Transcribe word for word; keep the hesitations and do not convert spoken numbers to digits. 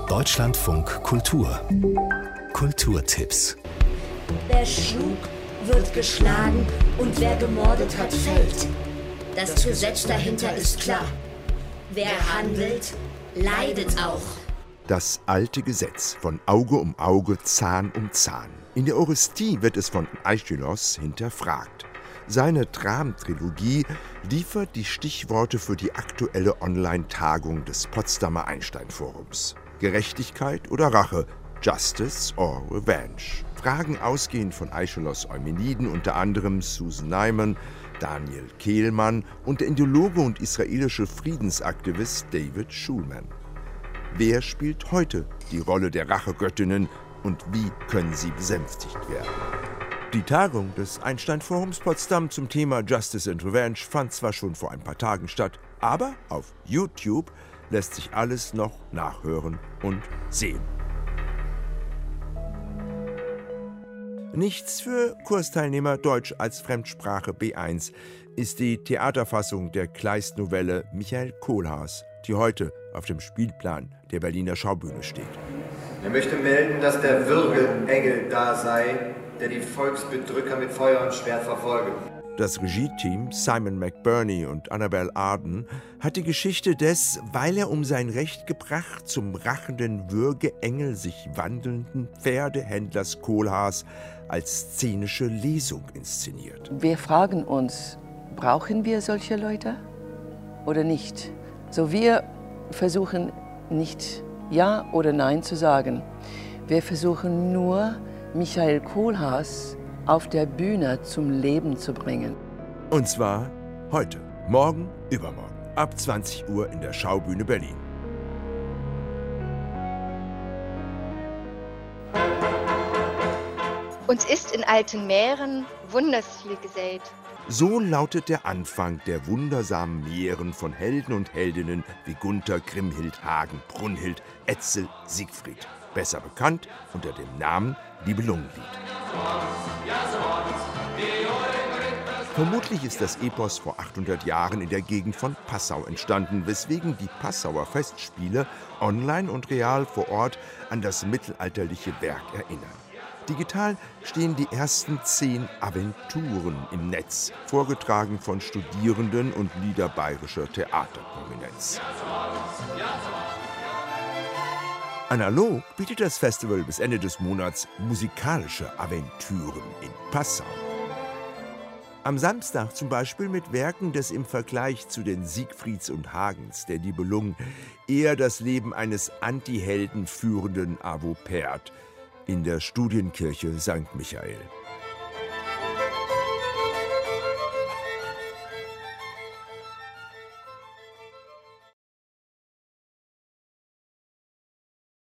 Deutschlandfunk Kultur. Kulturtipps. Wer schlug, wird geschlagen und wer gemordet hat, fällt. Das Gesetz dahinter ist klar. Wer handelt, leidet auch. Das alte Gesetz von Auge um Auge, Zahn um Zahn. In der Orestie wird es von Aeschylos hinterfragt. Seine Dram-Trilogie liefert die Stichworte für die aktuelle Online-Tagung des Potsdamer Einstein-Forums. Gerechtigkeit oder Rache, Justice or Revenge. Fragen ausgehend von Aeschylos Eumeniden, unter anderem Susan Neiman, Daniel Kehlmann und der Indologe und israelische Friedensaktivist David Schulman. Wer spielt heute die Rolle der Rachegöttinnen und wie können sie besänftigt werden? Die Tagung des Einstein-Forums Potsdam zum Thema Justice and Revenge fand zwar schon vor ein paar Tagen statt, aber auf YouTube lässt sich alles noch nachhören und sehen. Nichts für Kursteilnehmer Deutsch als Fremdsprache B eins ist die Theaterfassung der Kleist-Novelle Michael Kohlhaas, die heute auf dem Spielplan der Berliner Schaubühne steht. Er möchte melden, dass der Würgeengel da sei, der die Volksbedrücker mit Feuer und Schwert verfolge. Das Regie-Team Simon McBurney und Annabelle Arden hat die Geschichte des, weil er um sein Recht gebracht, zum rachenden Würgeengel sich wandelnden Pferdehändlers Kohlhaas als szenische Lesung inszeniert. Wir fragen uns, brauchen wir solche Leute oder nicht? So, wir versuchen nicht Ja oder Nein zu sagen. Wir versuchen nur, Michael Kohlhaas auf der Bühne zum Leben zu bringen. Und zwar heute, morgen, übermorgen, ab zwanzig Uhr in der Schaubühne Berlin. Uns ist in alten Meeren wundersviel gesät. So lautet der Anfang der wundersamen Meeren von Helden und Heldinnen wie Gunther, Grimhild, Hagen, Brunhild, Etzel, Siegfried. Besser bekannt unter dem Namen Nibelungenlied. Vermutlich ist das Epos vor achthundert Jahren in der Gegend von Passau entstanden, weswegen die Passauer Festspiele online und real vor Ort an das mittelalterliche Werk erinnern. Digital stehen die ersten zehn Aventuren im Netz, vorgetragen von Studierenden und niederbayerischer Theaterprominenz. Analog bietet das Festival bis Ende des Monats musikalische Aventüren in Passau. Am Samstag zum Beispiel mit Werken des im Vergleich zu den Siegfrieds und Hagens der Nibelungen eher das Leben eines Antihelden führenden Avopert in der Studienkirche Sankt Michael.